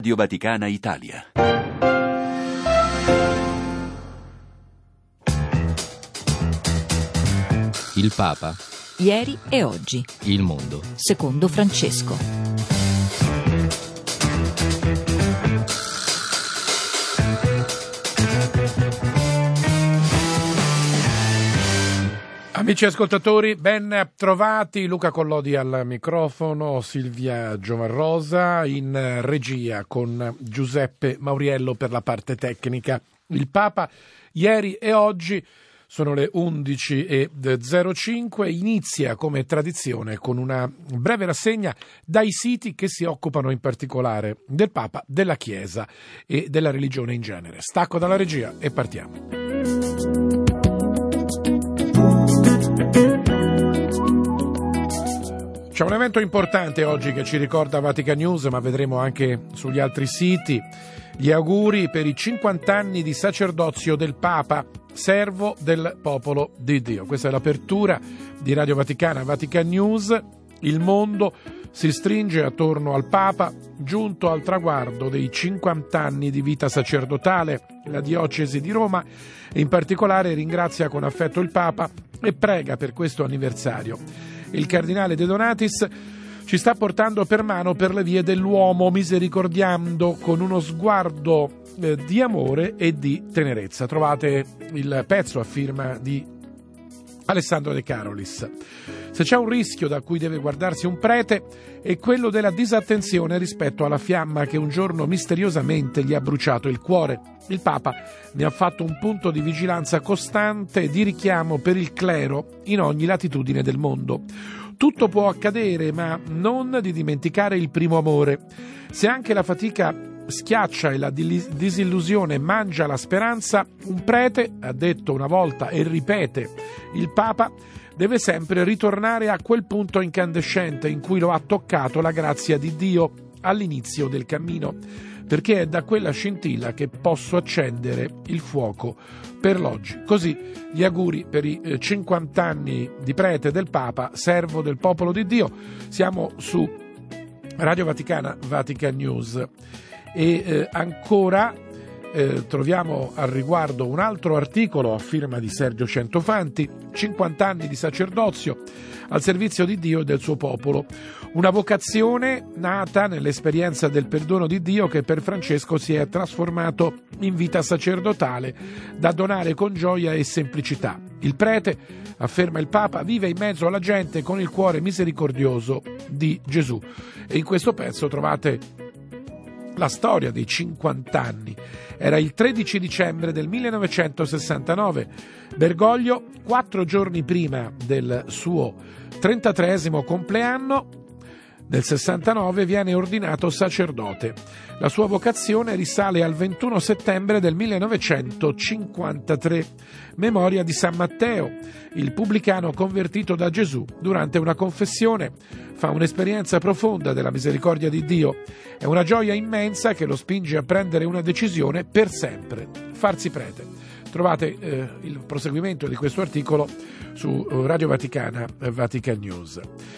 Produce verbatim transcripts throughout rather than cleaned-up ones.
Radio Vaticana Italia. Il Papa. Ieri e oggi. Il mondo. Secondo Francesco. Amici ascoltatori, ben trovati. Luca Collodi al microfono, Silvia Giovarrosa in regia con Giuseppe Mauriello per la parte tecnica. Il Papa ieri e oggi. Sono le undici e zero cinque, inizia come tradizione con una breve rassegna dai siti che si occupano in particolare del Papa, della Chiesa e della religione in genere. Stacco dalla regia e partiamo. C'è un evento importante oggi che ci ricorda Vatican News, ma vedremo anche sugli altri siti. Gli auguri per i cinquanta anni di sacerdozio del Papa, servo del popolo di Dio. Questa è l'apertura di Radio Vaticana, Vatican News. Il mondo si stringe attorno al Papa, giunto al traguardo dei cinquanta anni di vita sacerdotale. La diocesi di Roma, in particolare, ringrazia con affetto il Papa e prega per questo anniversario. Il cardinale De Donatis ci sta portando per mano per le vie dell'uomo, misericordiando con uno sguardo eh, di amore e di tenerezza. Trovate il pezzo a firma di Alessandro De Carolis. Se c'è un rischio da cui deve guardarsi un prete è quello della disattenzione rispetto alla fiamma che un giorno misteriosamente gli ha bruciato il cuore. Il Papa ne ha fatto un punto di vigilanza costante e di richiamo per il clero in ogni latitudine del mondo. Tutto può accadere, ma non di dimenticare il primo amore. Se anche la fatica schiaccia e la disillusione mangia la speranza, un prete, ha detto una volta e ripete il Papa, deve sempre ritornare a quel punto incandescente in cui lo ha toccato la grazia di Dio all'inizio del cammino, perché è da quella scintilla che posso accendere il fuoco per l'oggi. Così gli auguri per i cinquanta anni di prete del Papa, servo del popolo di Dio. Siamo su Radio Vaticana, Vatican News. E eh, ancora eh, troviamo al riguardo un altro articolo a firma di Sergio Centofanti, cinquanta anni di sacerdozio al servizio di Dio e del suo popolo, una vocazione nata nell'esperienza del perdono di Dio che per Francesco si è trasformato in vita sacerdotale da donare con gioia e semplicità. Il prete, afferma il Papa, vive in mezzo alla gente con il cuore misericordioso di Gesù. E in questo pezzo trovate la storia dei cinquanta anni. Era il tredici dicembre del millenovecentosessantanove. Bergoglio, quattro giorni prima del suo trentatreesimo compleanno, nel sessantanove viene ordinato sacerdote. La sua vocazione risale al ventuno settembre del millenovecentocinquantatré, memoria di San Matteo, il pubblicano convertito da Gesù durante una confessione. Fa un'esperienza profonda della misericordia di Dio. È una gioia immensa che lo spinge a prendere una decisione per sempre: farsi prete. Trovate eh, il proseguimento di questo articolo su Radio Vaticana, eh, Vatican News.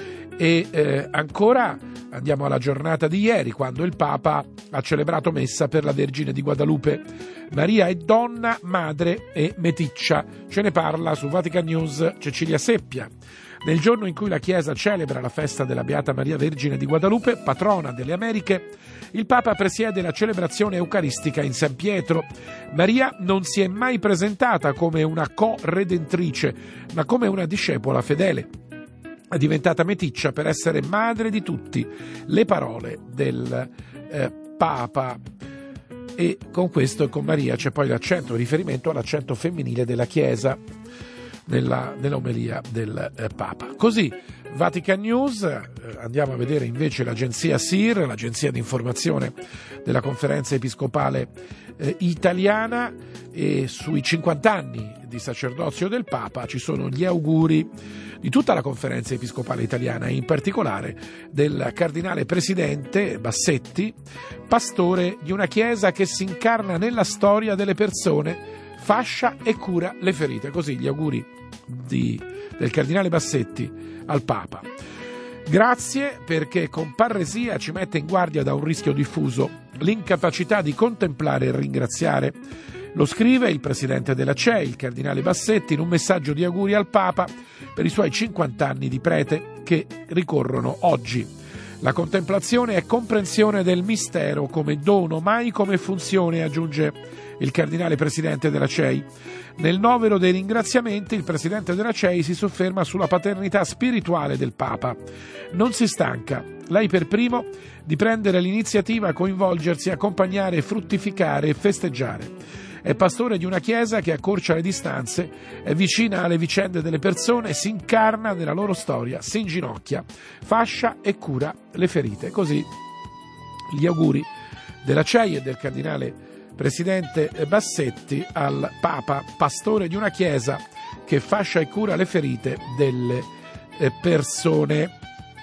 E eh, ancora andiamo alla giornata di ieri, quando il Papa ha celebrato messa per la Vergine di Guadalupe. Maria è donna, madre e meticcia. Ce ne parla su Vatican News Cecilia Seppia. Nel giorno in cui la Chiesa celebra la festa della Beata Maria Vergine di Guadalupe, patrona delle Americhe, il Papa presiede la celebrazione eucaristica in San Pietro. Maria non si è mai presentata come una co-redentrice, ma come una discepola fedele. È diventata meticcia per essere madre di tutti. Le parole del eh, Papa. E con questo e con Maria c'è poi l'accento, riferimento all'accento femminile della Chiesa nella, nell'omelia del eh, Papa. Così Vatican News, eh, andiamo a vedere invece l'agenzia S I R, l'agenzia di informazione della Conferenza Episcopale eh, Italiana, e sui cinquanta anni di sacerdozio del Papa ci sono gli auguri di tutta la Conferenza Episcopale Italiana e in particolare del cardinale presidente Bassetti, pastore di una Chiesa che si incarna nella storia delle persone, fascia e cura le ferite. Così gli auguri di, del cardinale Bassetti al Papa. Grazie, perché con parresia ci mette in guardia da un rischio diffuso. l'incapacità di contemplare e ringraziare. Lo scrive il presidente della C E I, il cardinale Bassetti, in un messaggio di auguri al Papa per i suoi cinquanta anni di prete che ricorrono oggi. La contemplazione è comprensione del mistero come dono, mai come funzione, aggiunge il cardinale presidente della C E I. Nel novero dei ringraziamenti il presidente della C E I si sofferma sulla paternità spirituale del Papa. Non si stanca, lei per primo, di prendere l'iniziativa a coinvolgersi, accompagnare, fruttificare e festeggiare. È pastore di una chiesa che accorcia le distanze, è vicina alle vicende delle persone, si incarna nella loro storia, si inginocchia, fascia e cura le ferite. Così gli auguri della C E I e del cardinale presidente Bassetti al Papa, pastore di una chiesa che fascia e cura le ferite delle persone.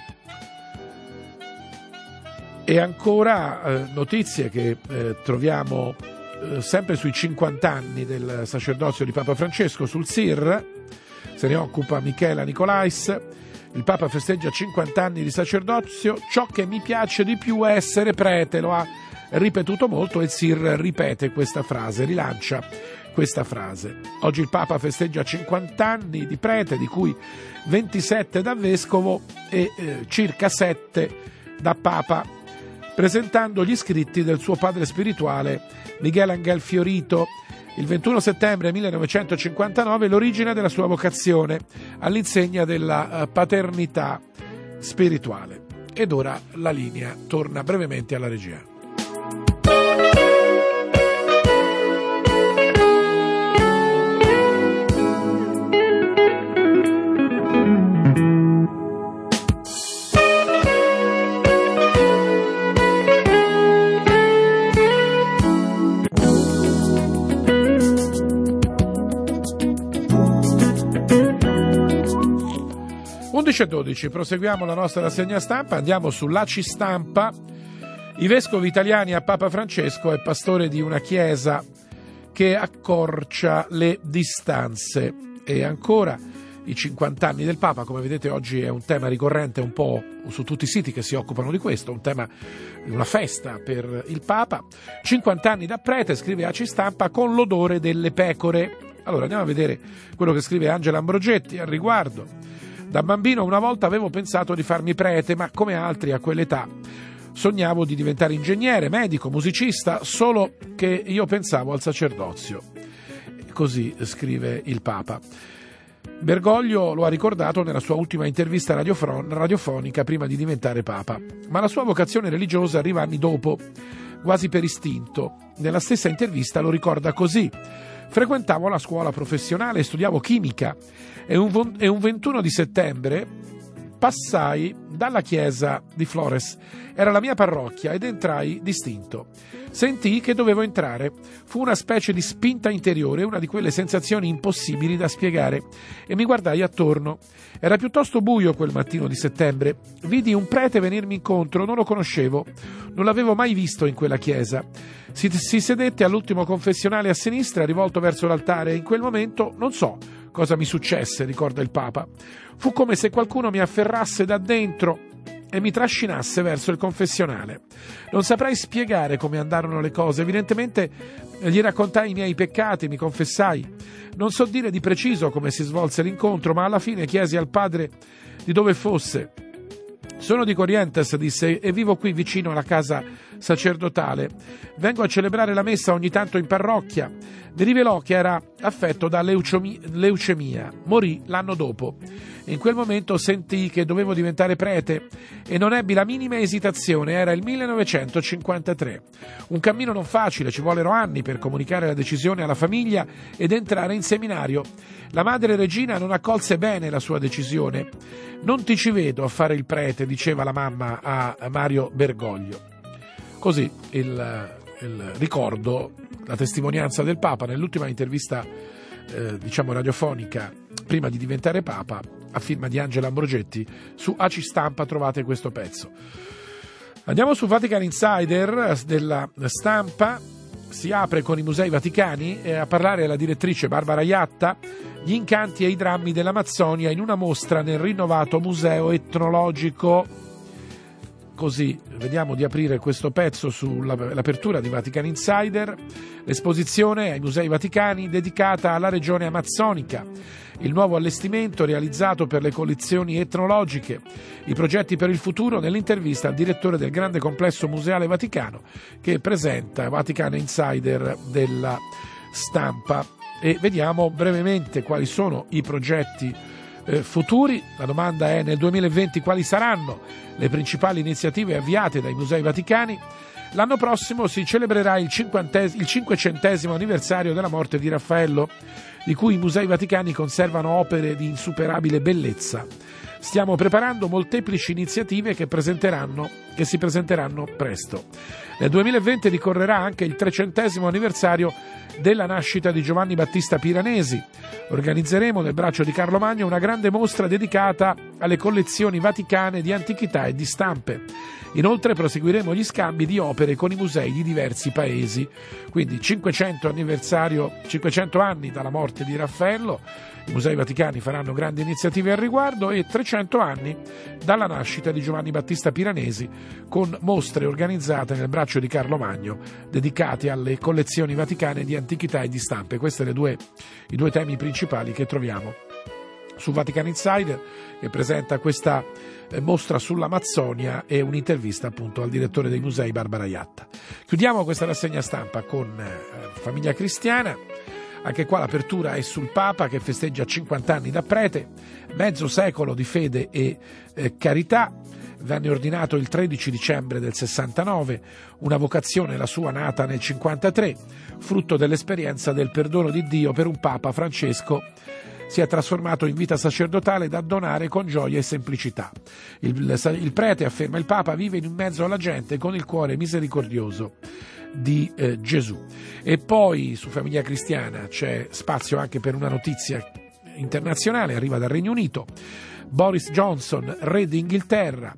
E ancora eh, notizie che eh, troviamo eh, sempre sui cinquanta anni del sacerdozio di Papa Francesco, sul S I R, se ne occupa Michela Nicolais. Il Papa festeggia cinquanta anni di sacerdozio, ciò che mi piace di più è essere prete, lo ha ripetuto molto e il S I R ripete questa frase, rilancia questa frase. Oggi il Papa festeggia cinquanta anni di prete, di cui ventisette da vescovo e eh, circa sette da Papa, presentando gli scritti del suo padre spirituale Miguel Angel Fiorito. Il ventuno settembre millenovecentocinquantanove l'origine della sua vocazione all'insegna della paternità spirituale. Ed ora la linea torna brevemente alla regia. undici e dodici, proseguiamo la nostra rassegna stampa, andiamo sull'A C I Stampa. I vescovi italiani a Papa Francesco è pastore di una chiesa che accorcia le distanze. E ancora i cinquanta anni del Papa, come vedete oggi è un tema ricorrente un po' su tutti i siti che si occupano di questo, un tema, una festa per il Papa. cinquanta anni da prete, scrive A C I Stampa, con l'odore delle pecore. Allora andiamo a vedere quello che scrive Angela Ambrogetti al riguardo. Da bambino una volta avevo pensato di farmi prete, ma come altri a quell'età sognavo di diventare ingegnere, medico, musicista, solo che io pensavo al sacerdozio. Così scrive il Papa. Bergoglio lo ha ricordato nella sua ultima intervista radiofonica prima di diventare Papa, ma la sua vocazione religiosa arriva anni dopo, quasi per istinto. Nella stessa intervista lo ricorda così: frequentavo la scuola professionale e studiavo chimica e un, e un ventuno di settembre passai dalla chiesa di Flores. Era la mia parrocchia ed entrai distinto. Sentii che dovevo entrare. Fu una specie di spinta interiore, una di quelle sensazioni impossibili da spiegare, e mi guardai attorno. Era piuttosto buio quel mattino di settembre. Vidi un prete venirmi incontro, non lo conoscevo, non l'avevo mai visto in quella chiesa. Si, si sedette all'ultimo confessionale a sinistra, rivolto verso l'altare, e in quel momento non so cosa mi successe, ricorda il Papa. Fu come se qualcuno mi afferrasse da dentro e mi trascinasse verso il confessionale. Non saprei spiegare come andarono le cose. Evidentemente gli raccontai i miei peccati, mi confessai. Non so dire di preciso come si svolse l'incontro, ma alla fine chiesi al padre di dove fosse. Sono di Corrientes, disse, e vivo qui vicino alla casa sacerdotale. Vengo a celebrare la messa ogni tanto in parrocchia. Mi rivelò che era affetto da leucemia. Morì l'anno dopo. In quel momento sentii che dovevo diventare prete e non ebbi la minima esitazione. Era il millenovecentocinquantatré. Un cammino non facile, ci vollero anni per comunicare la decisione alla famiglia ed entrare in seminario. La madre Regina non accolse bene la sua decisione. Non ti ci vedo a fare il prete, diceva la mamma a Mario Bergoglio. Così il, il ricordo, la testimonianza del Papa nell'ultima intervista eh, diciamo radiofonica prima di diventare Papa, a firma di Angela Ambrogetti. Su A C I Stampa trovate questo pezzo. Andiamo su Vatican Insider della Stampa. Si apre con i Musei Vaticani e a parlare la direttrice Barbara Iatta. Gli incanti e i drammi dell'Amazzonia in una mostra nel rinnovato Museo Etnologico. così vediamo di aprire questo pezzo sull'apertura di Vatican Insider, l'esposizione ai Musei Vaticani dedicata alla regione amazzonica, il nuovo allestimento realizzato per le collezioni etnologiche, i progetti per il futuro, nell'intervista al direttore del grande complesso museale vaticano che presenta Vatican Insider della Stampa. E vediamo brevemente quali sono i progetti Eh, futuri. La domanda è: nel duemilaventi quali saranno le principali iniziative avviate dai Musei Vaticani? L'anno prossimo si celebrerà il, il cinquecentesimo anniversario della morte di Raffaello, di cui i Musei Vaticani conservano opere di insuperabile bellezza. Stiamo preparando molteplici iniziative che, presenteranno, che si presenteranno presto. Nel duemilaventi ricorrerà anche il trecentesimo anniversario della nascita di Giovanni Battista Piranesi. Organizzeremo nel Braccio di Carlo Magno una grande mostra dedicata alle collezioni vaticane di antichità e di stampe. Inoltre proseguiremo gli scambi di opere con i musei di diversi paesi. Quindi cinquecento anniversario, cinquecento anni dalla morte di Raffaello, i Musei Vaticani faranno grandi iniziative al riguardo, e trecento anni dalla nascita di Giovanni Battista Piranesi, con mostre organizzate nel Braccio di Carlo Magno dedicate alle collezioni vaticane di antichità e di stampe. Questi sono due, i due temi principali che troviamo su Vatican Insider, che presenta questa eh, mostra sull'Amazzonia e un'intervista appunto al direttore dei musei Barbara Iatta. Chiudiamo questa rassegna stampa con eh, Famiglia Cristiana. Anche qua l'apertura è sul Papa che festeggia cinquanta anni da prete, mezzo secolo di fede e eh, carità. Venne ordinato il tredici dicembre del sessantanove, una vocazione la sua nata nel cinquantatré, frutto dell'esperienza del perdono di Dio per un Papa. Francesco si è trasformato in vita sacerdotale da donare con gioia e semplicità. Il, il prete, afferma il Papa, vive in mezzo alla gente con il cuore misericordioso di eh, Gesù. E poi su Famiglia Cristiana c'è spazio anche per una notizia internazionale, arriva dal Regno Unito. Boris Johnson, re d'Inghilterra,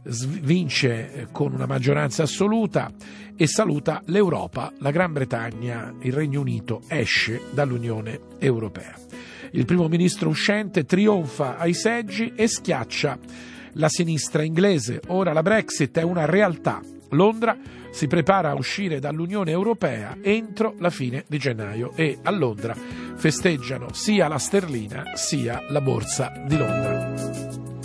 vince con una maggioranza assoluta e saluta l'Europa. La Gran Bretagna, il Regno Unito, esce dall'Unione Europea. Il primo ministro uscente trionfa ai seggi e schiaccia la sinistra inglese. Ora la Brexit è una realtà. Londra si prepara a uscire dall'Unione Europea entro la fine di gennaio, e a Londra festeggiano sia la sterlina sia la borsa di Londra.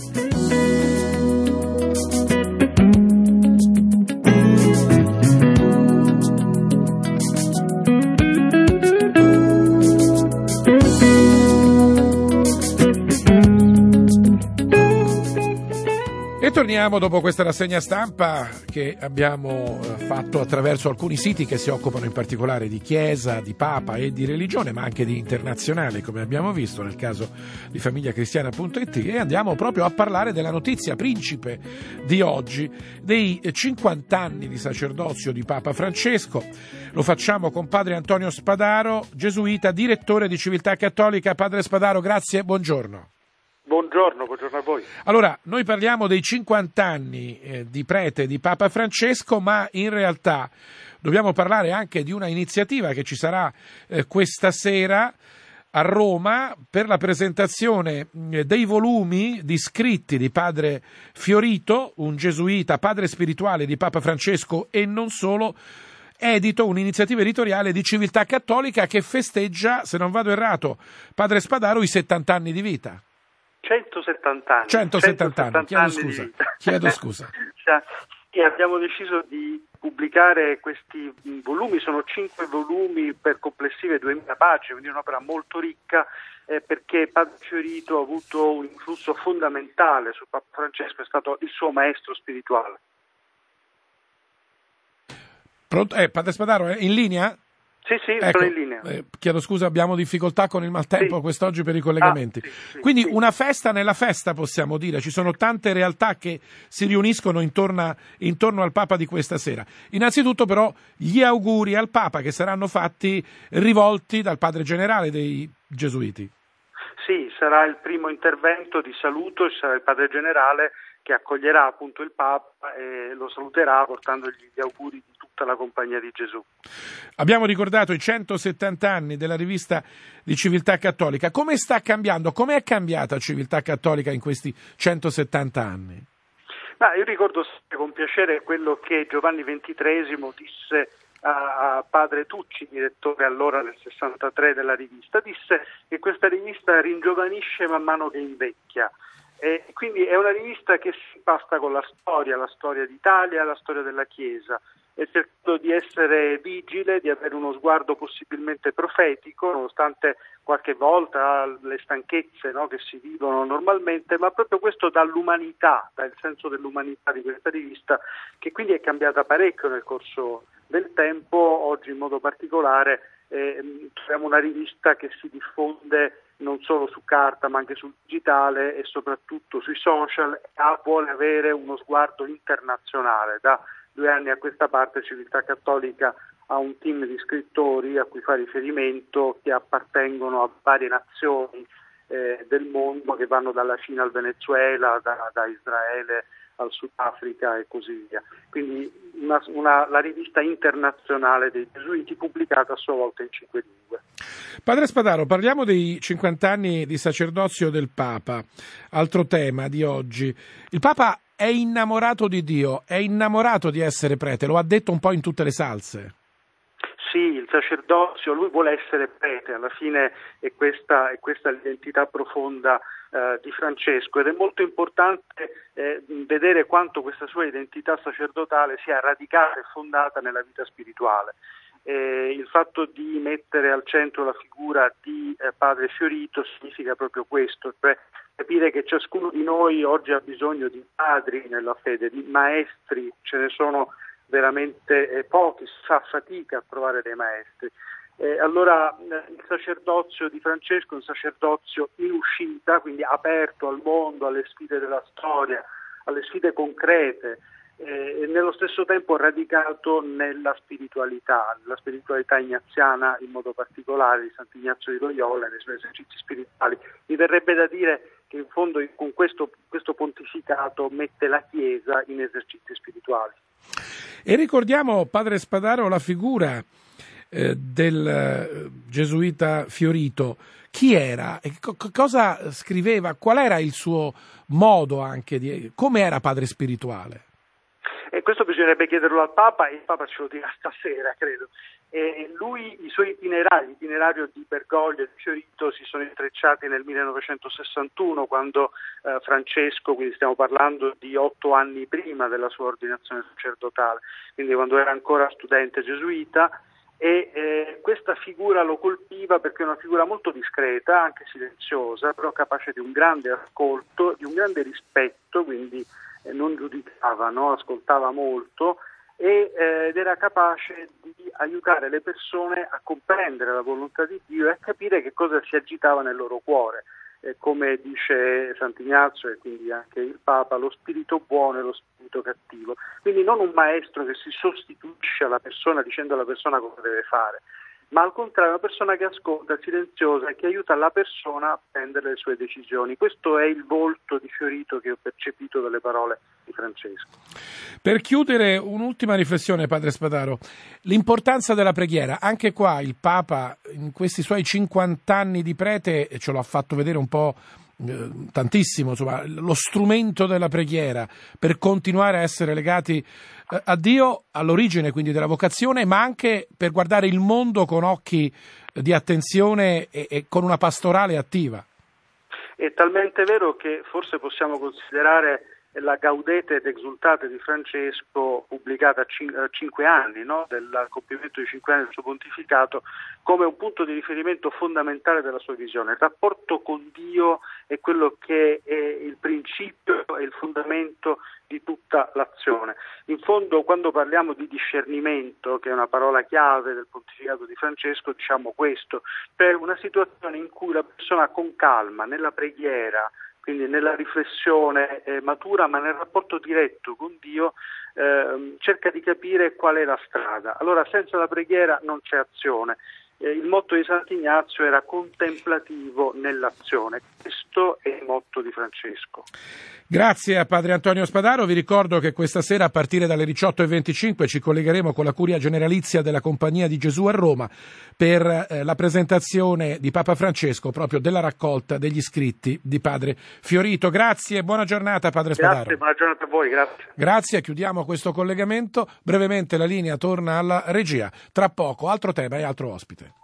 Torniamo dopo questa rassegna stampa che abbiamo fatto attraverso alcuni siti che si occupano in particolare di Chiesa, di Papa e di religione, ma anche di internazionale, come abbiamo visto nel caso di famiglia cristiana punto it, e andiamo proprio a parlare della notizia principe di oggi, dei cinquanta anni di sacerdozio di Papa Francesco. Lo facciamo con padre Antonio Spadaro, gesuita, direttore di Civiltà Cattolica. Padre Spadaro, grazie, buongiorno. Buongiorno, buongiorno a voi. Allora, noi parliamo dei cinquanta anni eh, di prete di Papa Francesco, ma in realtà dobbiamo parlare anche di una iniziativa che ci sarà eh, questa sera a Roma per la presentazione eh, dei volumi di scritti di padre Fiorito, un gesuita, padre spirituale di Papa Francesco e non solo, edito un'iniziativa editoriale di Civiltà Cattolica che festeggia, se non vado errato, padre Spadaro, i settanta anni di vita. centosettanta anni. centosettanta anni, chiedo scusa. Chiedo scusa. E abbiamo deciso di pubblicare questi volumi, sono cinque volumi per complessive duemila pagine, quindi un'opera molto ricca, eh, perché Padre Fiorito ha avuto un influsso fondamentale su Papa Francesco, è stato il suo maestro spirituale. Pronto? Eh, Padre Spadaro, è in linea? Sì, sì, ecco, sono in linea. Eh, chiedo scusa, abbiamo difficoltà con il maltempo sì. quest'oggi per i collegamenti. Ah, sì, sì, Quindi sì. una festa nella festa, possiamo dire. Ci sono tante realtà che si riuniscono intorno, a, intorno al Papa di questa sera. Innanzitutto però gli auguri al Papa che saranno fatti rivolti dal Padre Generale dei Gesuiti. Sì, sarà il primo intervento di saluto, ci sarà il Padre Generale che accoglierà appunto il Papa e lo saluterà portandogli gli auguri di tutta la compagnia di Gesù. Abbiamo ricordato i centosettanta anni della rivista di Civiltà Cattolica. Come sta cambiando? Come è cambiata Civiltà Cattolica in questi centosettanta anni? Ma io ricordo con piacere quello che Giovanni ventitreesimo disse a, a padre Tucci, direttore allora del sessantatré della rivista, disse che questa rivista ringiovanisce man mano che invecchia. E quindi è una rivista che si impasta con la storia, la storia d'Italia, la storia della Chiesa, e cercando di essere vigile, di avere uno sguardo possibilmente profetico, nonostante qualche volta le stanchezze, no, che si vivono normalmente, ma proprio questo dà l'umanità, dà il senso dell'umanità di questa rivista, che quindi è cambiata parecchio nel corso del tempo. Oggi in modo particolare eh, troviamo una rivista che si diffonde non solo su carta ma anche sul digitale e soprattutto sui social, e vuole avere uno sguardo internazionale. Da due anni a questa parte Civiltà Cattolica ha un team di scrittori a cui fa riferimento, che appartengono a varie nazioni eh, del mondo, che vanno dalla Cina al Venezuela, da, da Israele al Sudafrica e così via. Quindi una, una, la rivista internazionale dei Gesuiti, pubblicata a sua volta in cinque lingue. Padre Spadaro, parliamo dei cinquanta anni di sacerdozio del Papa, altro tema di oggi. Il Papa è innamorato di Dio, è innamorato di essere prete, lo ha detto un po' in tutte le salse. Sì, il sacerdozio, lui vuole essere prete, alla fine è questa, è questa l'identità profonda eh, di Francesco, ed è molto importante eh, vedere quanto questa sua identità sacerdotale sia radicata e fondata nella vita spirituale. Eh, il fatto di mettere al centro la figura di eh, padre Fiorito significa proprio questo, cioè capire che ciascuno di noi oggi ha bisogno di padri nella fede, di maestri, ce ne sono veramente eh, pochi, si fa fatica a trovare dei maestri. Eh, allora eh, il sacerdozio di Francesco è un sacerdozio in uscita, quindi aperto al mondo, alle sfide della storia, alle sfide concrete, eh, e nello stesso tempo radicato nella spiritualità, nella spiritualità ignaziana in modo particolare, di Sant'Ignazio di Loyola, nei suoi esercizi spirituali. Mi verrebbe da dire che in fondo con questo, questo pontificato mette la Chiesa in esercizi spirituali. E ricordiamo, padre Spadaro, la figura eh, del eh, gesuita Fiorito. Chi era? E co- cosa scriveva? Qual era il suo modo anche di... come era padre spirituale? E questo bisognerebbe chiederlo al Papa, e il Papa ce lo dirà stasera, credo. E lui, i suoi itinerari, l'itinerario di Bergoglio e di Fiorito si sono intrecciati nel millenovecentosessantuno, quando eh, Francesco, quindi stiamo parlando di otto anni prima della sua ordinazione sacerdotale, quindi quando era ancora studente gesuita, e eh, questa figura lo colpiva perché è una figura molto discreta, anche silenziosa, però capace di un grande ascolto, di un grande rispetto, quindi eh, non giudicava, no? Ascoltava molto, e, eh, ed era capace di aiutare le persone a comprendere la volontà di Dio e a capire che cosa si agitava nel loro cuore. Eh, come dice Sant'Ignazio e quindi anche il Papa, lo spirito buono e lo spirito cattivo. Quindi non un maestro che si sostituisce alla persona dicendo alla persona cosa deve fare, ma al contrario una persona che ascolta, silenziosa, e che aiuta la persona a prendere le sue decisioni. Questo è il volto di Fiorito che ho percepito dalle parole di Francesco. Per chiudere, un'ultima riflessione, padre Spadaro, l'importanza della preghiera. Anche qua il Papa in questi suoi cinquanta anni di prete ce lo ha fatto vedere un po' eh, tantissimo, insomma, lo strumento della preghiera per continuare a essere legati eh, a Dio, all'origine quindi della vocazione, ma anche per guardare il mondo con occhi di attenzione e, e con una pastorale attiva. È talmente vero che forse possiamo considerare la Gaudete ed Exultate di Francesco, pubblicata a cinque anni, no? del compimento di cinque anni del suo pontificato, come un punto di riferimento fondamentale della sua visione. Il rapporto con Dio è quello che è il principio e il fondamento di tutta l'azione. In fondo, quando parliamo di discernimento, che è una parola chiave del pontificato di Francesco, diciamo questo, per una situazione in cui la persona con calma, nella preghiera, quindi nella riflessione eh, matura, ma nel rapporto diretto con Dio, eh, cerca di capire qual è la strada. Allora, senza la preghiera non c'è azione. Eh, il motto di Sant'Ignazio era contemplativo nell'azione. Questo è il motto di Francesco. Grazie a padre Antonio Spadaro. Vi ricordo che questa sera a partire dalle diciotto e venticinque ci collegheremo con la Curia Generalizia della Compagnia di Gesù a Roma per eh, la presentazione di Papa Francesco proprio della raccolta degli scritti di padre Fiorito. Grazie e buona giornata padre Spadaro. Grazie, buona giornata a voi, grazie. Grazie, chiudiamo questo collegamento. Brevemente la linea torna alla regia. Tra poco altro tema e altro ospite.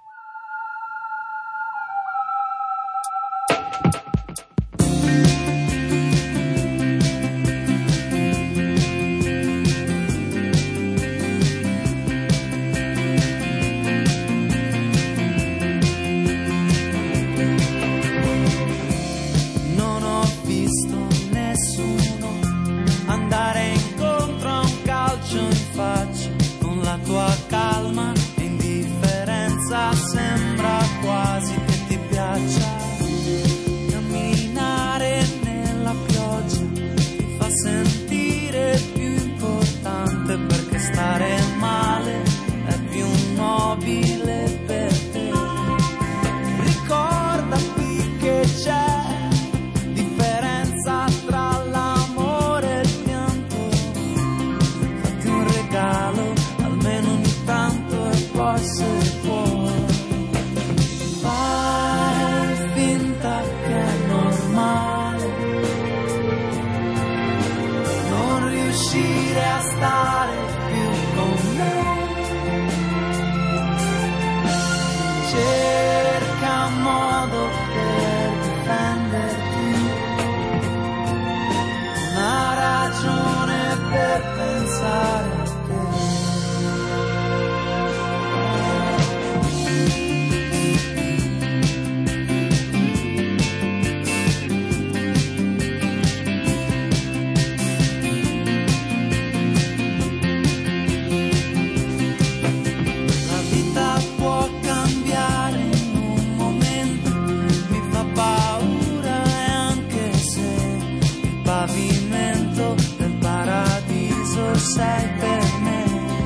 Tua calma e indifferenza sembra quasi che ti piaccia. Camminare nella pioggia ti fa sentire più importante, perché stare male è più nobile per te. Ricordati che c'è differenza tra l'amore e il pianto. Fatti un regalo tanto e poi se puoi fai finta che è normale non riuscire a stare più con me. Cerca un modo per difenderti, una ragione per pensare. Sei per me,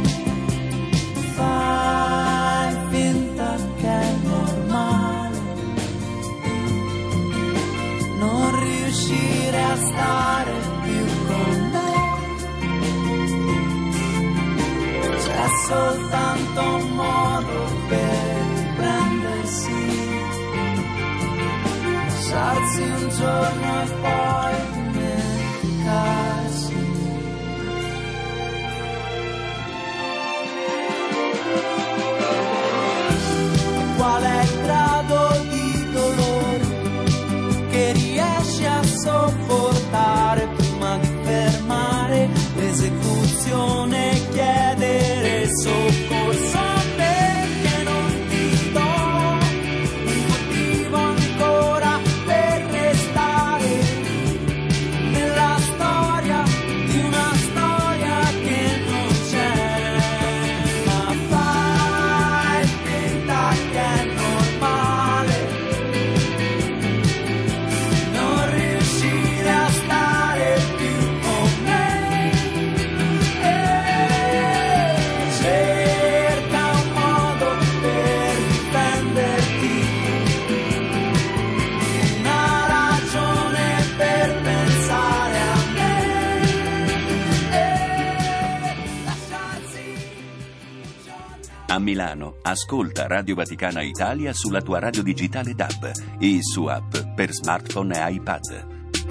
fai finta che è normale non riuscire a stare più con me. C'è soltanto un modo per prendersi, lasciarsi un giorno e poi dimenticarsi. Qual è il grado di dolore che riesci a sopportare prima di fermare l'esecuzione e chiedere soccorso? Perché non ti do un motivo ancora per restare nella storia di una storia che non c'è, ma fai finta che è normale non riuscire a stare più con me. E cerca un modo per difenderti, una ragione per pensare a me e lasciarsi. A Milano, ascolta Radio Vaticana Italia sulla tua radio digitale D A B e su app per smartphone e iPad.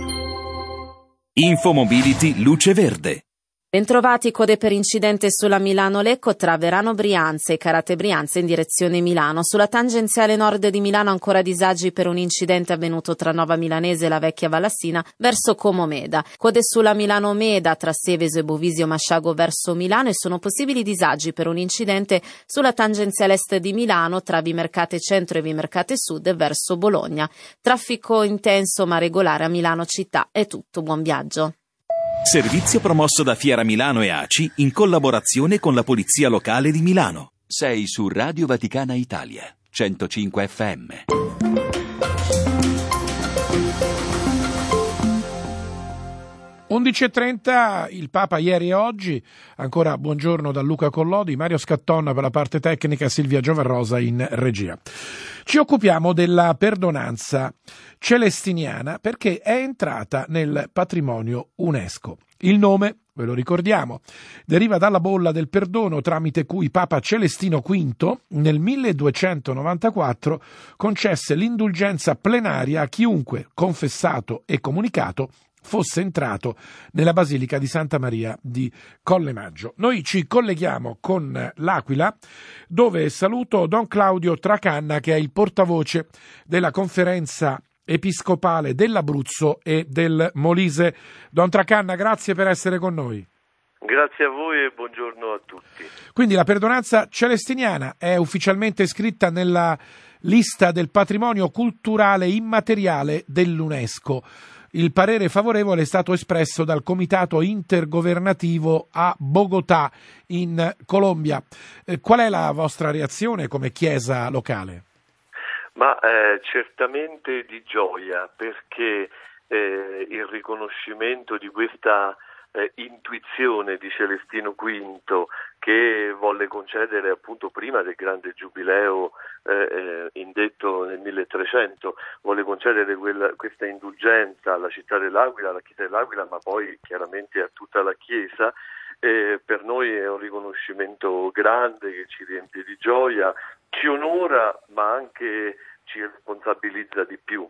Infomobility Luce Verde. Bentrovati, code per incidente sulla Milano-Lecco tra Verano Brianza e Carate Brianza in direzione Milano. Sulla tangenziale nord di Milano ancora disagi per un incidente avvenuto tra Nova Milanese e la Vecchia Vallassina verso Como Meda. Code sulla Milano-Meda tra Seveso e Bovisio Masciago verso Milano e sono possibili disagi per un incidente sulla tangenziale est di Milano tra Vimercate Centro e Vimercate Sud verso Bologna. Traffico intenso ma regolare a Milano città. È tutto, buon viaggio. Servizio promosso da Fiera Milano e A C I in collaborazione con la Polizia Locale di Milano. Sei su Radio Vaticana Italia, centocinque F M. undici e trenta, il Papa ieri e oggi, ancora buongiorno da Luca Collodi, Mario Scattonna per la parte tecnica, Silvia Giovarrosa in regia. Ci occupiamo della perdonanza celestiniana perché è entrata nel patrimonio UNESCO. Il nome, ve lo ricordiamo, deriva dalla bolla del perdono tramite cui Papa Celestino quinto nel milleduecentonovantaquattro concesse l'indulgenza plenaria a chiunque, confessato e comunicato, fosse entrato nella Basilica di Santa Maria di Colle Maggio. Noi ci colleghiamo con l'Aquila, dove saluto Don Claudio Tracanna, che è il portavoce della Conferenza Episcopale dell'Abruzzo e del Molise. Don Tracanna, grazie per essere con noi. Grazie a voi e buongiorno a tutti. Quindi la perdonanza celestiniana è ufficialmente iscritta nella lista del patrimonio culturale immateriale dell'UNESCO. Il parere favorevole è stato espresso dal Comitato Intergovernativo a Bogotà, in Colombia. Eh, qual è la vostra reazione come Chiesa locale? Ma eh, certamente di gioia, perché eh, il riconoscimento di questa eh, intuizione di Celestino quinto, che volle concedere appunto prima del grande giubileo eh, indetto nel milletrecento, volle concedere quella, questa indulgenza alla città dell'Aquila, alla Chiesa dell'Aquila, ma poi chiaramente a tutta la Chiesa. Eh, per noi è un riconoscimento grande che ci riempie di gioia, ci onora, ma anche ci responsabilizza di più.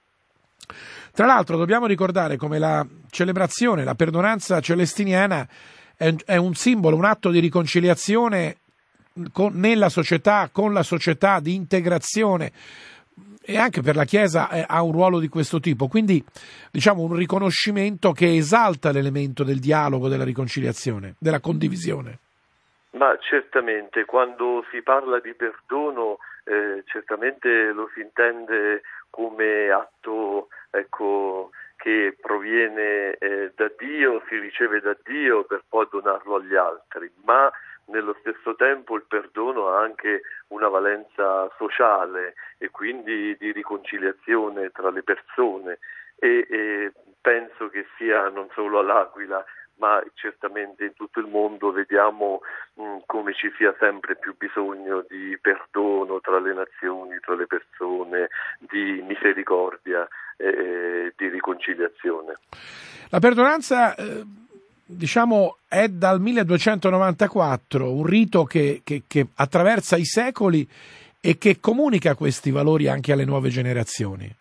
Tra l'altro dobbiamo ricordare come la celebrazione, la perdonanza celestiniana è un simbolo, un atto di riconciliazione con, nella società, con la società, di integrazione, e anche per la Chiesa eh, ha un ruolo di questo tipo, quindi diciamo un riconoscimento che esalta l'elemento del dialogo, della riconciliazione, della condivisione. Ma certamente quando si parla di perdono eh, certamente lo si intende come atto, ecco, che proviene eh, da Dio, si riceve da Dio per poi donarlo agli altri, ma nello stesso tempo il perdono ha anche una valenza sociale e quindi di riconciliazione tra le persone e, e penso che sia non solo all'Aquila ma certamente in tutto il mondo vediamo mh, come ci sia sempre più bisogno di perdono tra le nazioni, tra le persone, di misericordia e eh, di riconciliazione. La perdonanza eh, diciamo è dal milleduecentonovantaquattro un rito che, che, che attraversa i secoli e che comunica questi valori anche alle nuove generazioni.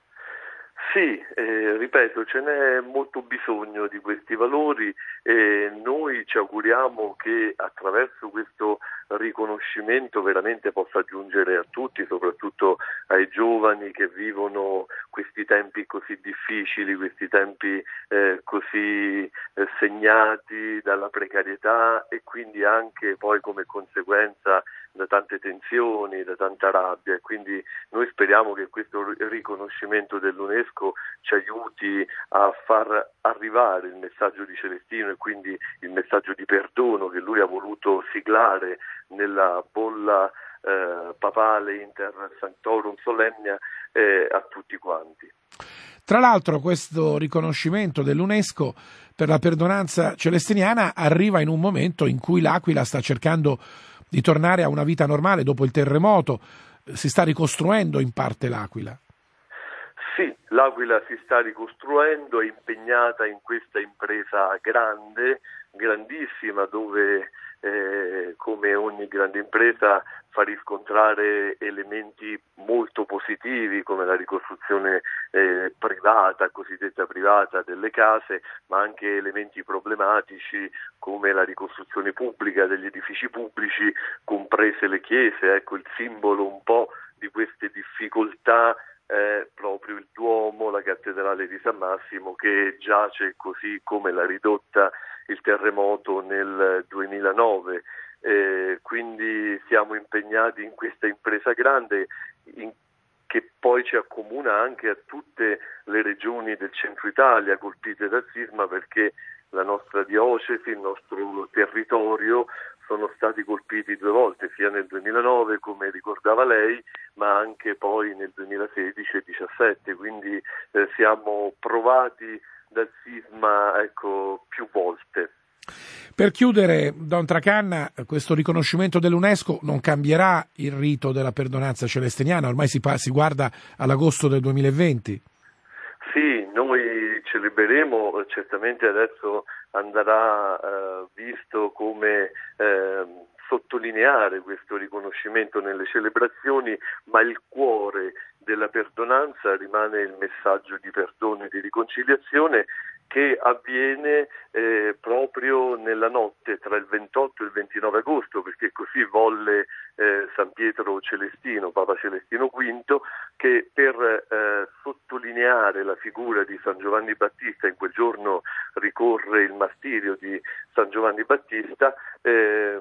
Sì, eh, ripeto, ce n'è molto bisogno di questi valori e noi ci auguriamo che attraverso questo riconoscimento veramente possa giungere a tutti, soprattutto ai giovani che vivono questi tempi così difficili, questi tempi eh, così eh, segnati dalla precarietà e quindi anche poi come conseguenza da tante tensioni, da tanta rabbia, e quindi noi speriamo che questo riconoscimento dell'UNESCO ci aiuti a far arrivare il messaggio di Celestino e quindi il messaggio di perdono che lui ha voluto siglare nella bolla eh, papale Inter Sanctorum Solemnia eh, a tutti quanti. Tra l'altro questo riconoscimento dell'UNESCO per la perdonanza celestiniana arriva in un momento in cui l'Aquila sta cercando di tornare a una vita normale dopo il terremoto, si sta ricostruendo in parte l'Aquila. Sì, l'Aquila si sta ricostruendo, è impegnata in questa impresa grande, grandissima, dove eh, come ogni grande impresa fa riscontrare elementi molto positivi come la ricostruzione eh, privata, cosiddetta privata delle case, ma anche elementi problematici come la ricostruzione pubblica degli edifici pubblici, comprese le chiese. Ecco, il simbolo un po' di queste difficoltà è proprio il Duomo, la cattedrale di San Massimo, che giace così come l'ha ridotta il terremoto nel duemilanove. Eh, quindi siamo impegnati in questa impresa grande in, che poi ci accomuna anche a tutte le regioni del centro Italia colpite dal sisma, perché la nostra diocesi, il nostro territorio sono stati colpiti due volte, sia nel duemilanove come ricordava lei, ma anche poi nel duemilasedici e duemiladiciassette, quindi eh, siamo provati dal sisma, ecco, più volte. Per chiudere, Don Tracanna, questo riconoscimento dell'UNESCO non cambierà il rito della perdonanza celestiniana, ormai si, pa- si guarda all'agosto del duemilaventi. Sì, noi celebreremo, certamente adesso andrà eh, visto come eh, sottolineare questo riconoscimento nelle celebrazioni, ma il cuore della perdonanza rimane il messaggio di perdono e di riconciliazione che avviene eh, proprio nella notte tra il ventotto e il ventinove agosto, perché così volle eh, San Pietro Celestino, Papa Celestino quinto, che per eh, sottolineare la figura di San Giovanni Battista, in quel giorno ricorre il martirio di San Giovanni Battista, eh,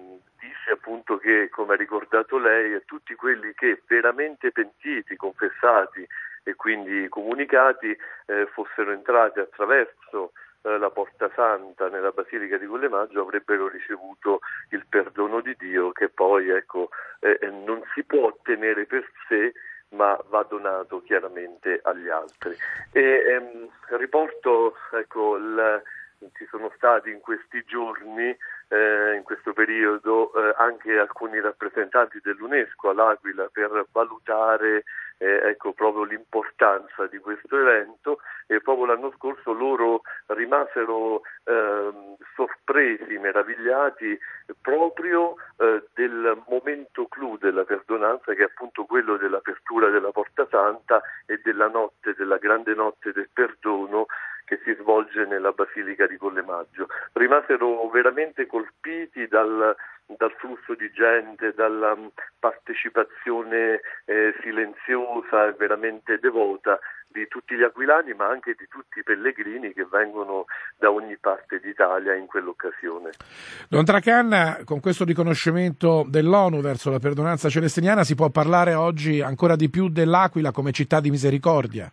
disse appunto che, come ha ricordato lei, a tutti quelli che veramente pentiti, confessati e quindi comunicati eh, fossero entrati attraverso eh, la Porta Santa nella Basilica di Collemaggio avrebbero ricevuto il perdono di Dio, che poi ecco eh, non si può ottenere per sé, ma va donato chiaramente agli altri. E ehm, riporto ecco il, ci sono stati in questi giorni, eh, in questo periodo, eh, anche alcuni rappresentanti dell'UNESCO all'Aquila per valutare eh, ecco proprio l'importanza di questo evento, e proprio l'anno scorso loro rimasero eh, sorpresi, meravigliati proprio eh, del momento clou della perdonanza, che è appunto quello dell'apertura della Porta Santa e della notte, della grande notte del perdono, che si svolge nella Basilica di Collemaggio. Rimasero veramente colpiti dal, dal flusso di gente, dalla partecipazione eh, silenziosa e veramente devota di tutti gli aquilani, ma anche di tutti i pellegrini che vengono da ogni parte d'Italia in quell'occasione. Don Tracanna, con questo riconoscimento dell'ONU verso la perdonanza celestiniana si può parlare oggi ancora di più dell'Aquila come città di misericordia?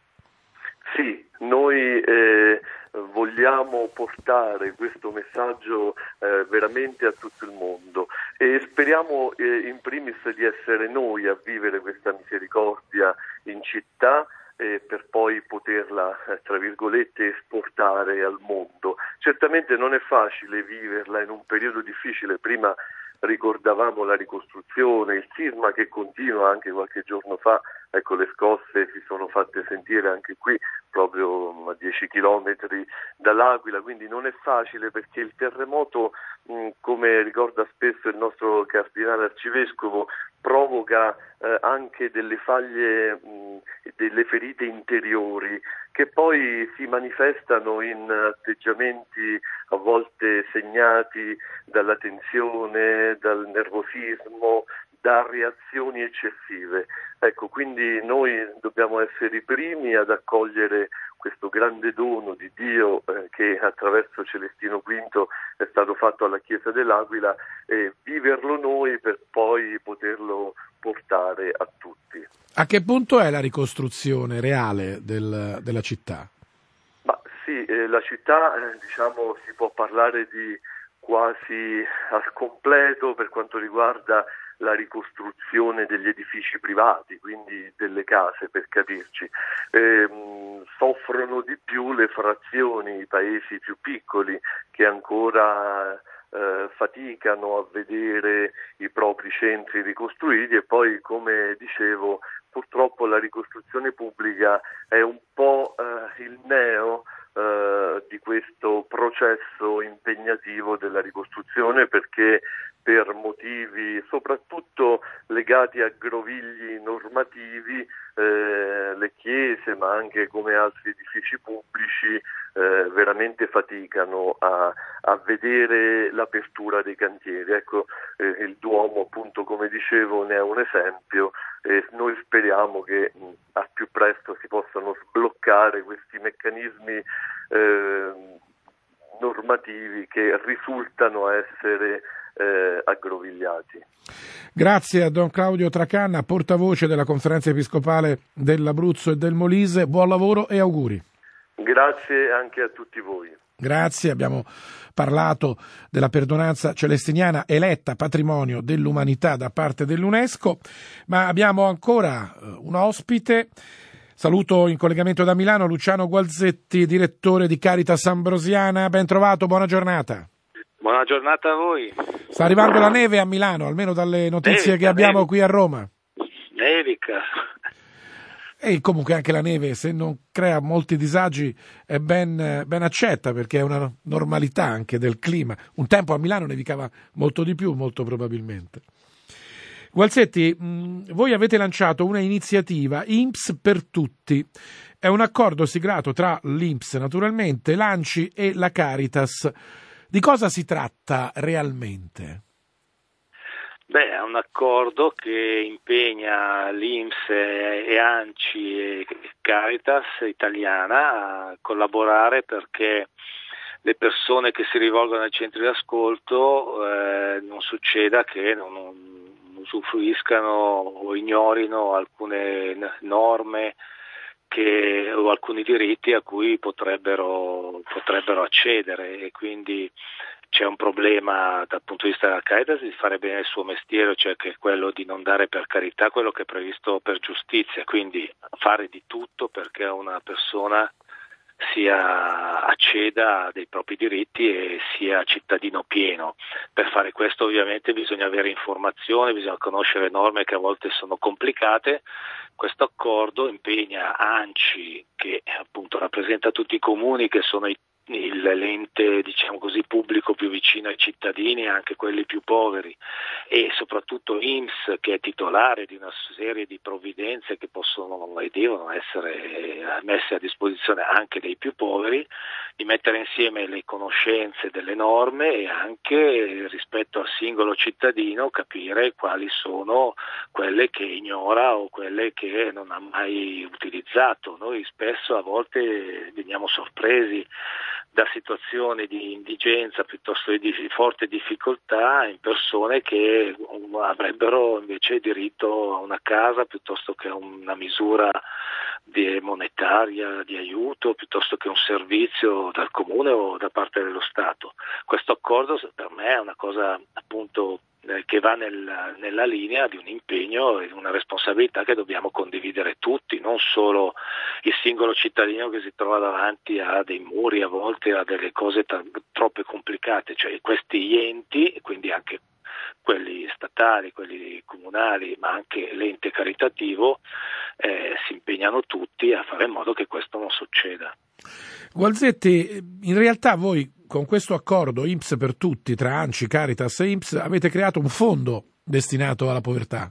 Sì, noi eh, vogliamo portare questo messaggio eh, veramente a tutto il mondo e speriamo eh, in primis di essere noi a vivere questa misericordia in città, eh, per poi poterla, eh, tra virgolette, esportare al mondo. Certamente non è facile viverla in un periodo difficile. Prima ricordavamo la ricostruzione, il sisma che continua anche qualche giorno fa, ecco le scosse si sono fatte sentire anche qui, proprio a dieci chilometri dall'Aquila, quindi non è facile perché il terremoto, mh, come ricorda spesso il nostro cardinale arcivescovo, provoca eh, anche delle faglie, mh, delle ferite interiori che poi si manifestano in atteggiamenti a volte segnati dalla tensione, dal nervosismo, da reazioni eccessive. Ecco, quindi noi dobbiamo essere i primi ad accogliere questo grande dono di Dio eh, che attraverso Celestino quinto è stato fatto alla Chiesa dell'Aquila e viverlo noi per poi poterlo portare a tutti. A che punto è la ricostruzione reale del, della città? Ma sì, eh, la città eh, diciamo si può parlare di quasi al completo per quanto riguarda la ricostruzione degli edifici privati, quindi delle case per capirci. Eh, soffrono di più le frazioni, i paesi più piccoli che ancora eh, faticano a vedere i propri centri ricostruiti e poi, come dicevo, purtroppo la ricostruzione pubblica è un po' eh, il neo eh, di questo processo impegnativo della ricostruzione, perché per motivi soprattutto legati a grovigli normativi eh, le chiese, ma anche come altri edifici pubblici, eh, veramente faticano a, a vedere l'apertura dei cantieri. Ecco, eh, il Duomo, appunto, come dicevo, ne è un esempio e noi speriamo che mh, al più presto si possano sbloccare questi meccanismi eh, normativi che risultano essere Eh, aggrovigliati. Grazie a Don Claudio Tracanna, portavoce della Conferenza Episcopale dell'Abruzzo e del Molise. Buon lavoro e auguri. Grazie anche a tutti voi. Grazie, abbiamo parlato della perdonanza celestiniana eletta patrimonio dell'umanità da parte dell'UNESCO, ma abbiamo ancora un ospite, Saluto in collegamento da Milano Luciano Gualzetti, direttore di Caritas Ambrosiana. Ben trovato, buona giornata. Buona giornata a voi. Sta arrivando la neve a Milano, almeno dalle notizie nevica, che abbiamo nevica. qui a Roma. Nevica. E comunque anche la neve, se non crea molti disagi, è ben, ben accetta, perché è una normalità anche del clima. Un tempo a Milano nevicava molto di più, molto probabilmente. Gualzetti, mh, voi avete lanciato una iniziativa I N P S per tutti. È un accordo siglato tra l'I N P S, naturalmente, l'A N C I e la Caritas. Di cosa si tratta realmente? Beh, è un accordo che impegna l'I N P S e A N C I e Caritas italiana a collaborare perché le persone che si rivolgono ai centri d'ascolto eh, non succeda che non, non usufruiscano o ignorino alcune norme che, o alcuni diritti a cui potrebbero, potrebbero accedere, e quindi c'è un problema dal punto di vista della Caritas di fare bene il suo mestiere, cioè che è quello di non dare per carità quello che è previsto per giustizia, quindi fare di tutto perché una persona sia acceda dei propri diritti e sia cittadino pieno. Per fare questo ovviamente bisogna avere informazioni, bisogna conoscere norme che a volte sono complicate. Questo accordo impegna A N C I, che appunto rappresenta tutti i comuni, che sono i il l'ente, diciamo così, pubblico più vicino ai cittadini, anche quelli più poveri, e soprattutto I N P S, che è titolare di una serie di provvidenze che possono e devono essere messe a disposizione anche dei più poveri, di mettere insieme le conoscenze delle norme e anche rispetto al singolo cittadino capire quali sono quelle che ignora o quelle che non ha mai utilizzato. Noi spesso a volte veniamo sorpresi da situazioni di indigenza piuttosto di forte difficoltà in persone che avrebbero invece diritto a una casa piuttosto che a una misura di monetaria di aiuto, piuttosto che un servizio dal comune o da parte dello Stato. Questo accordo per me è una cosa appunto che va nel, nella linea di un impegno e una responsabilità che dobbiamo condividere tutti, non solo il singolo cittadino che si trova davanti a dei muri, a volte a delle cose t- troppe complicate, cioè questi enti, quindi anche quelli statali, quelli comunali, ma anche l'ente caritativo, eh, si impegnano tutti a fare in modo che questo non succeda. Gualzetti, in realtà voi con questo accordo I N P S per tutti tra A N C I, Caritas e I N P S avete creato un fondo destinato alla povertà.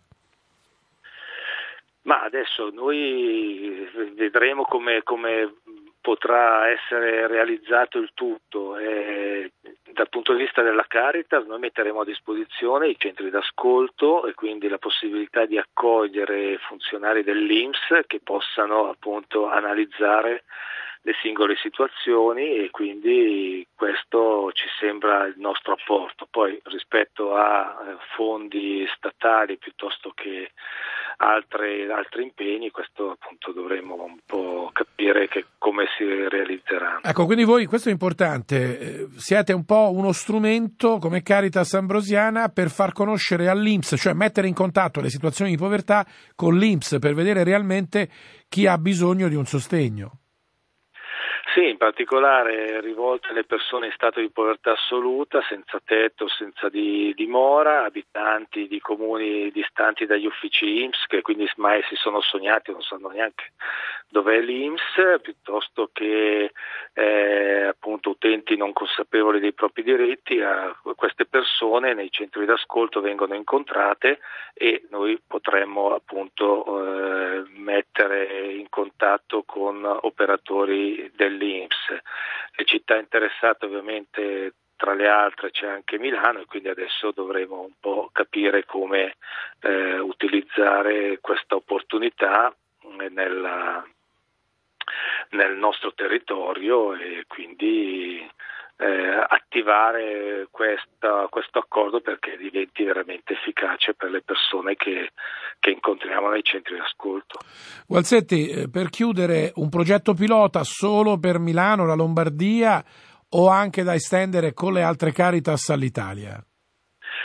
Ma adesso noi vedremo come, come potrà essere realizzato il tutto. Eh, dal punto di vista della Caritas noi metteremo a disposizione i centri d'ascolto e quindi la possibilità di accogliere funzionari dell'I N P S che possano appunto analizzare le singole situazioni, e quindi questo ci sembra il nostro apporto. Poi rispetto a fondi statali piuttosto che altre, altri impegni, questo appunto dovremo un po' capire che come si realizzeranno. Ecco, quindi voi, questo è importante, siete un po' uno strumento come Caritas Ambrosiana per far conoscere all'I N P S, cioè mettere in contatto le situazioni di povertà con l'I N P S per vedere realmente chi ha bisogno di un sostegno. Sì, in particolare rivolte alle persone in stato di povertà assoluta, senza tetto, senza di, dimora, abitanti di comuni distanti dagli uffici I N P S, che quindi mai si sono sognati, non sanno neanche dov'è l'I N P S, piuttosto che eh, appunto utenti non consapevoli dei propri diritti. A queste persone nei centri d'ascolto vengono incontrate e noi potremmo appunto eh, mettere in contatto con operatori dell'I N P S. Le città interessate ovviamente, tra le altre c'è anche Milano, e quindi adesso dovremo un po' capire come eh, utilizzare questa opportunità nella, nel nostro territorio e quindi eh, attivare questa, questo accordo perché diventi veramente efficace per le persone che, che incontriamo nei centri d'ascolto. Gualzetti, per chiudere, un progetto pilota solo per Milano, la Lombardia, o anche da estendere con le altre Caritas all'Italia?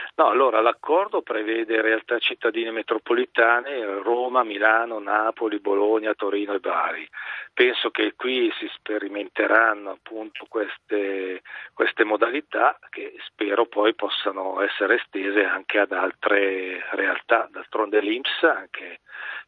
No, allora l'accordo prevede realtà cittadine metropolitane, Roma, Milano, Napoli, Bologna, Torino e Bari. Penso che qui si sperimenteranno appunto queste, queste modalità che spero poi possano essere estese anche ad altre realtà. D'altronde l'I N P S, anche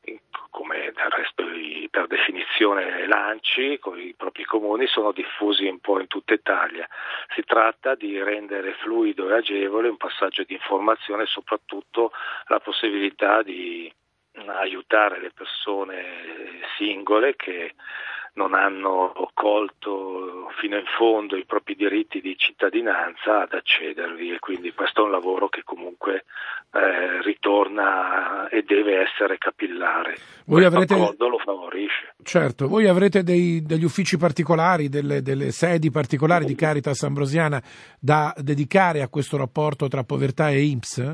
come del resto per definizione l'A N C I, con i propri comuni, sono diffusi un po' in tutta Italia. Si tratta di rendere fluido e agevole un passaggio di informazione e soprattutto la possibilità di aiutare le persone singole che non hanno colto fino in fondo i propri diritti di cittadinanza ad accedervi, e quindi questo è un lavoro che comunque eh, ritorna e deve essere capillare. Voi Questo avrete... accordo lo favorisce. Certo, voi avrete dei, degli uffici particolari, delle, delle sedi particolari di Caritas Ambrosiana da dedicare a questo rapporto tra povertà e I N P S?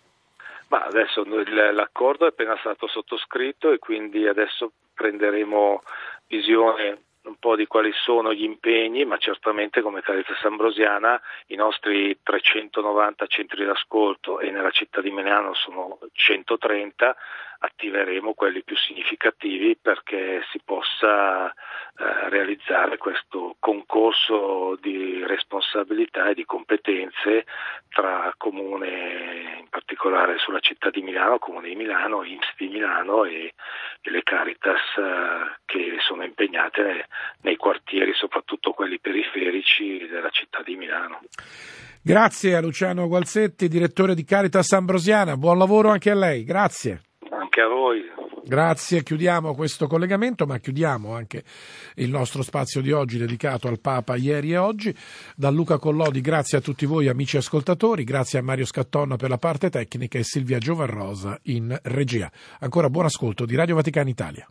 Ma adesso l'accordo è appena stato sottoscritto e quindi adesso prenderemo visione un po' di quali sono gli impegni, ma certamente come Caritas Ambrosiana i nostri trecentonovanta centri d'ascolto, e nella città di Milano sono centotrenta, attiveremo quelli più significativi perché si possa eh, realizzare questo concorso di responsabilità e di competenze tra comune, in particolare sulla città di Milano, Comune di Milano, I N P S di Milano e, e le Caritas eh, che sono impegnate nei, nei quartieri, soprattutto quelli periferici della città di Milano. Grazie a Luciano Gualzetti, direttore di Caritas Ambrosiana. Buon lavoro anche a lei. Grazie. Anche a voi. Grazie, chiudiamo questo collegamento, ma chiudiamo anche il nostro spazio di oggi dedicato al Papa ieri e oggi. Da Luca Collodi, grazie a tutti voi amici ascoltatori, grazie a Mario Scatton per la parte tecnica e Silvia Giovarrosa in regia. Ancora buon ascolto di Radio Vaticana Italia.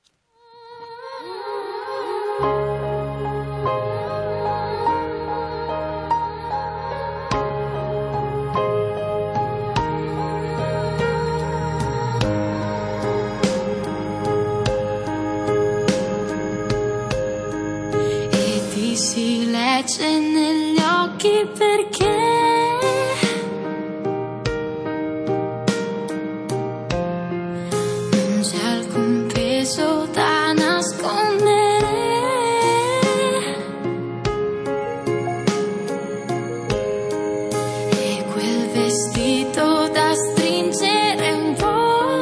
Si legge negli occhi perché non c'è alcun peso da nascondere e quel vestito da stringere un po'.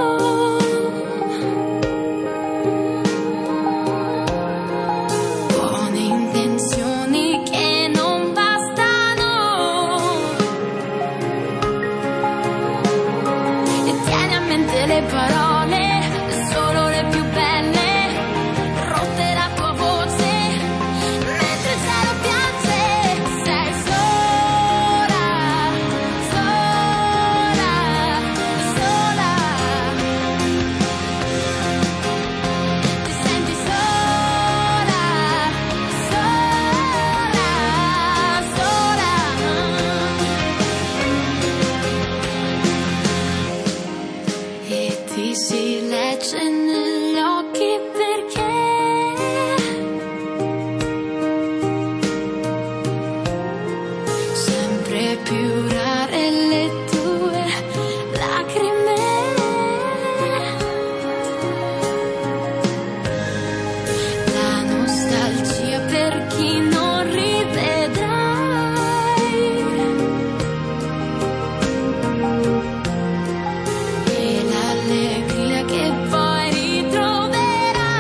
Le parole, solo le più belle, rotte la tua voce, mentre il cielo piange, sei sola, sola, sola, ti senti sola, sola, sola. E ti si legge negli occhi perché sempre più rare le tue lacrime, la nostalgia per chi non rivedrai e l'allegria che poi ritroverai.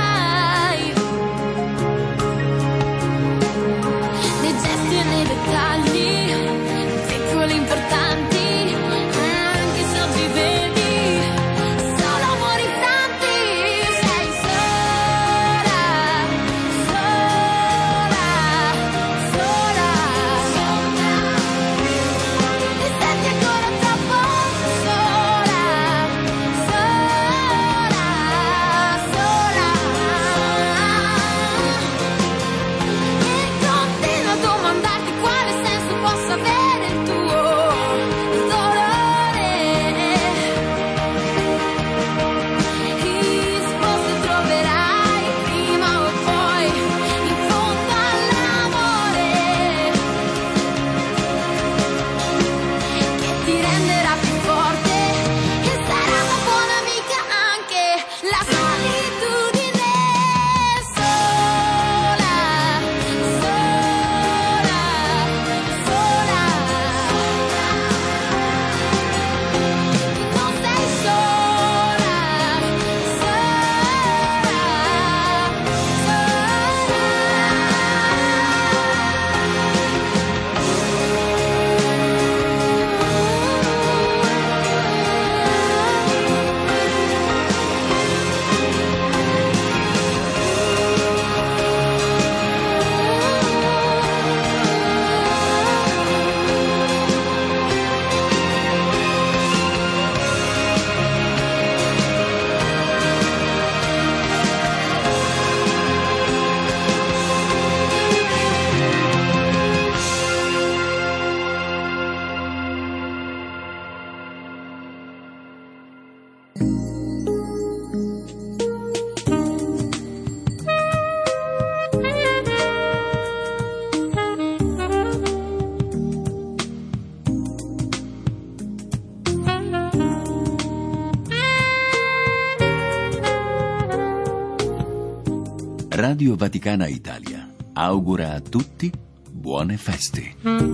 Radio Vaticana Italia augura a tutti buone feste.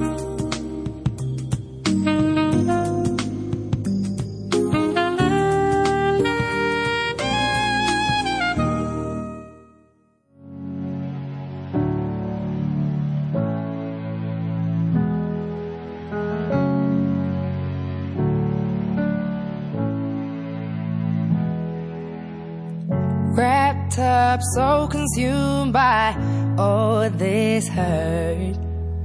Wrapped up, so consumed by all this hurt.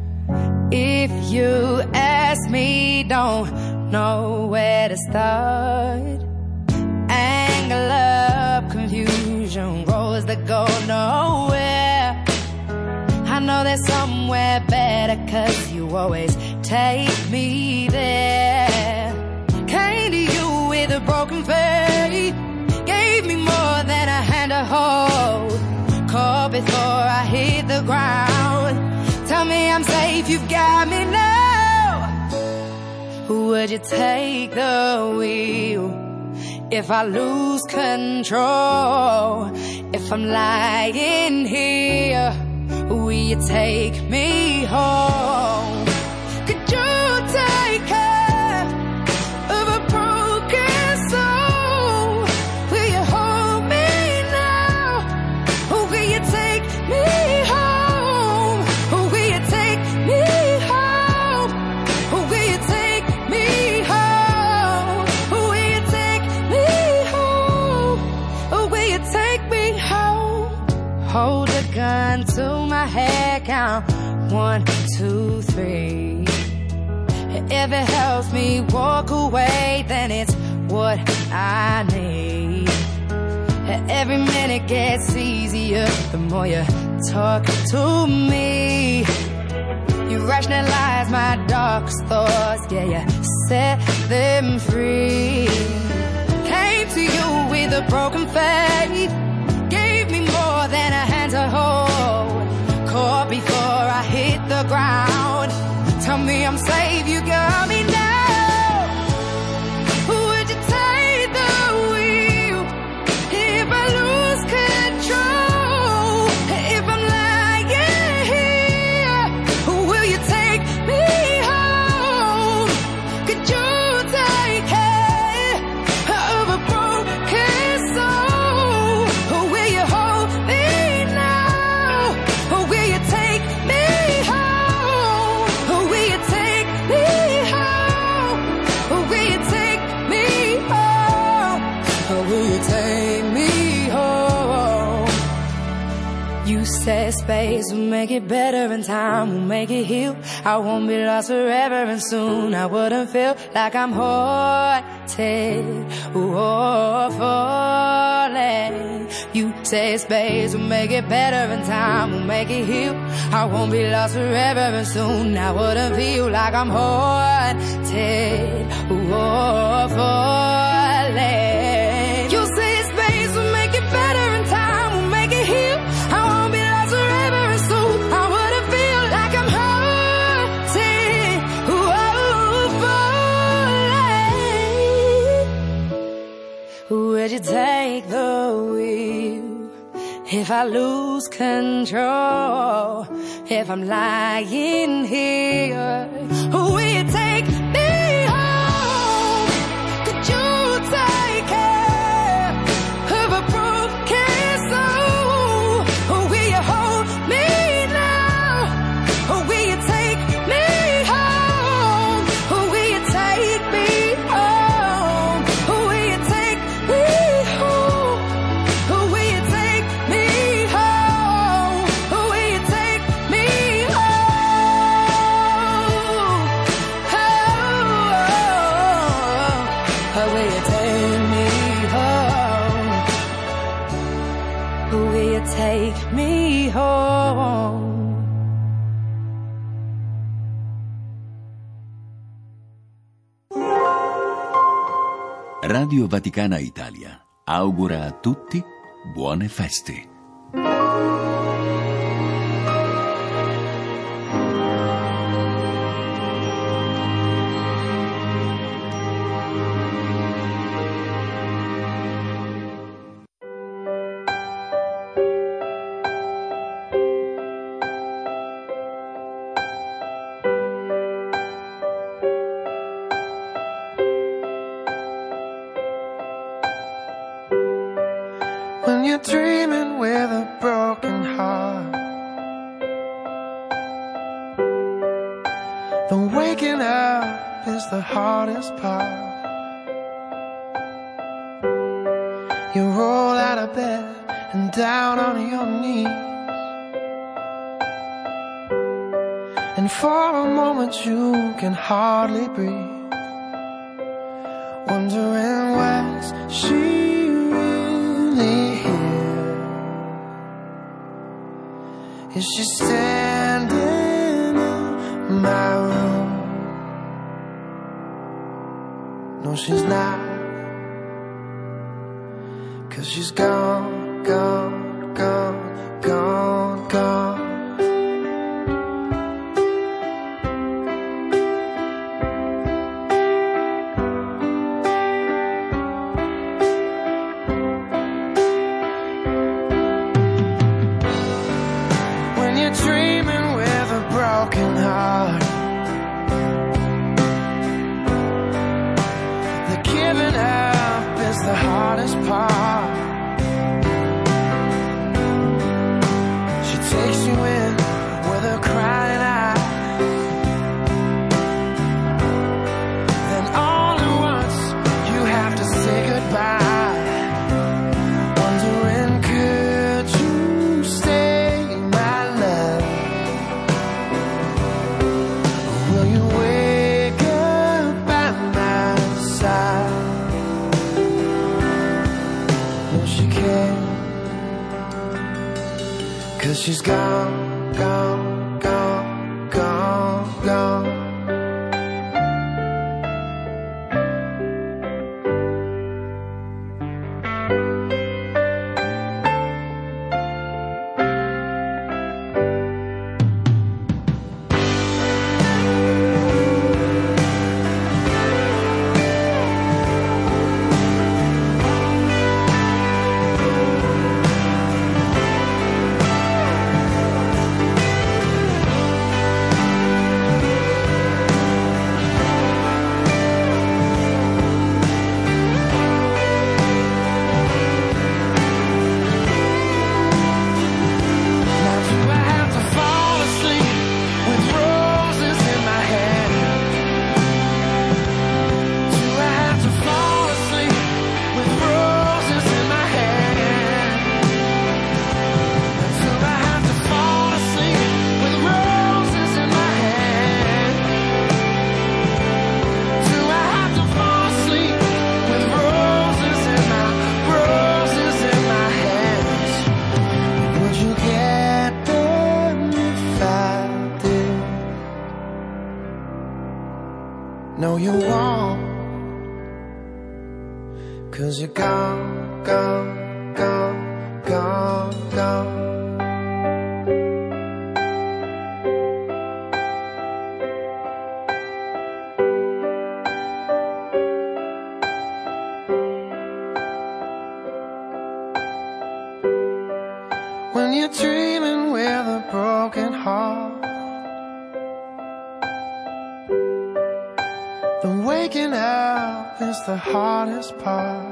If you ask me, don't know where to start. Angle up, confusion, roads that go nowhere. I know there's somewhere better, 'cause you always take me there. Came to you with a broken faith, gave me more than a hand to hold. Caught before I hit the ground. Tell me I'm safe, you've got me now. Would you take the wheel if I lose control? If I'm lying here, will you take me home? Could you take care of a broken soul? Will you hold me now? Or will you take me home? Or will you take me home? Or will you take me home? Or will you take me home? Or will you take me home? Hold a gun to my head, count one, two, three. If it helps me walk away, then it's what I need. Every minute gets easier the more you talk to me. You rationalize my darkest thoughts, yeah, you set them free. Came to you with a broken faith, gave me more than a hand to hold. Caught before I hit the ground. Tell me I'm safe, you got me now. Would you take the wheel if I lose control? If I'm lying here, will you take me home? Could you take care of a broken soul? Or will you hold me now? Or will you take me home? Or will you take me home? Or will you take me home? Or will you take me home? You said space will make it better and time will make it heal. I won't be lost forever and soon I wouldn't feel like I'm haunted or falling. You said space will make it better and time will make it heal. I won't be lost forever and soon I wouldn't feel like I'm haunted or falling. You say space will make it better and time will make it heal. I won't be lost forever and soon I wouldn't feel like I'm haunted or falling. Would you take the wheel if I lose control? If I'm lying here, will you take me home? Could you take care of a broken soul? Or will you hold me now? Or will you take me home? Or will you take me home? Or will you take me home? Or will you take me home? Or will you take me home? Oh, or will you take me home? Or will you take me home? Radio Vaticana Italia augura a tutti buone feste. When you're dreaming with a broken heart, the waking up is the hardest part. You roll out of bed and down on your knees, and for a moment you can hardly breathe, wondering where's she really here? Is she standing in my room? No, she's not, 'cause she's gone, gone, gone, gone, gone. When you're dreaming with a broken heart, the giving up is the hardest part. She takes you in with her crying eyes, then all at once you have to say goodbye, wondering could you stay, my love? Or will you wake up by my side? No, she can't, 'cause she's gone, gone, gone, gone, gone. No, you won't, 'cause you're gone, gone, gone, gone, gone. When you're dreaming with a broken heart, the waking up is the hardest part.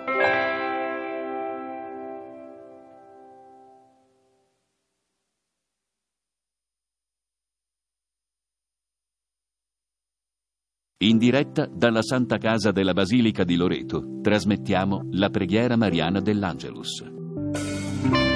In diretta dalla Santa Casa della Basilica di Loreto trasmettiamo la preghiera mariana dell'Angelus.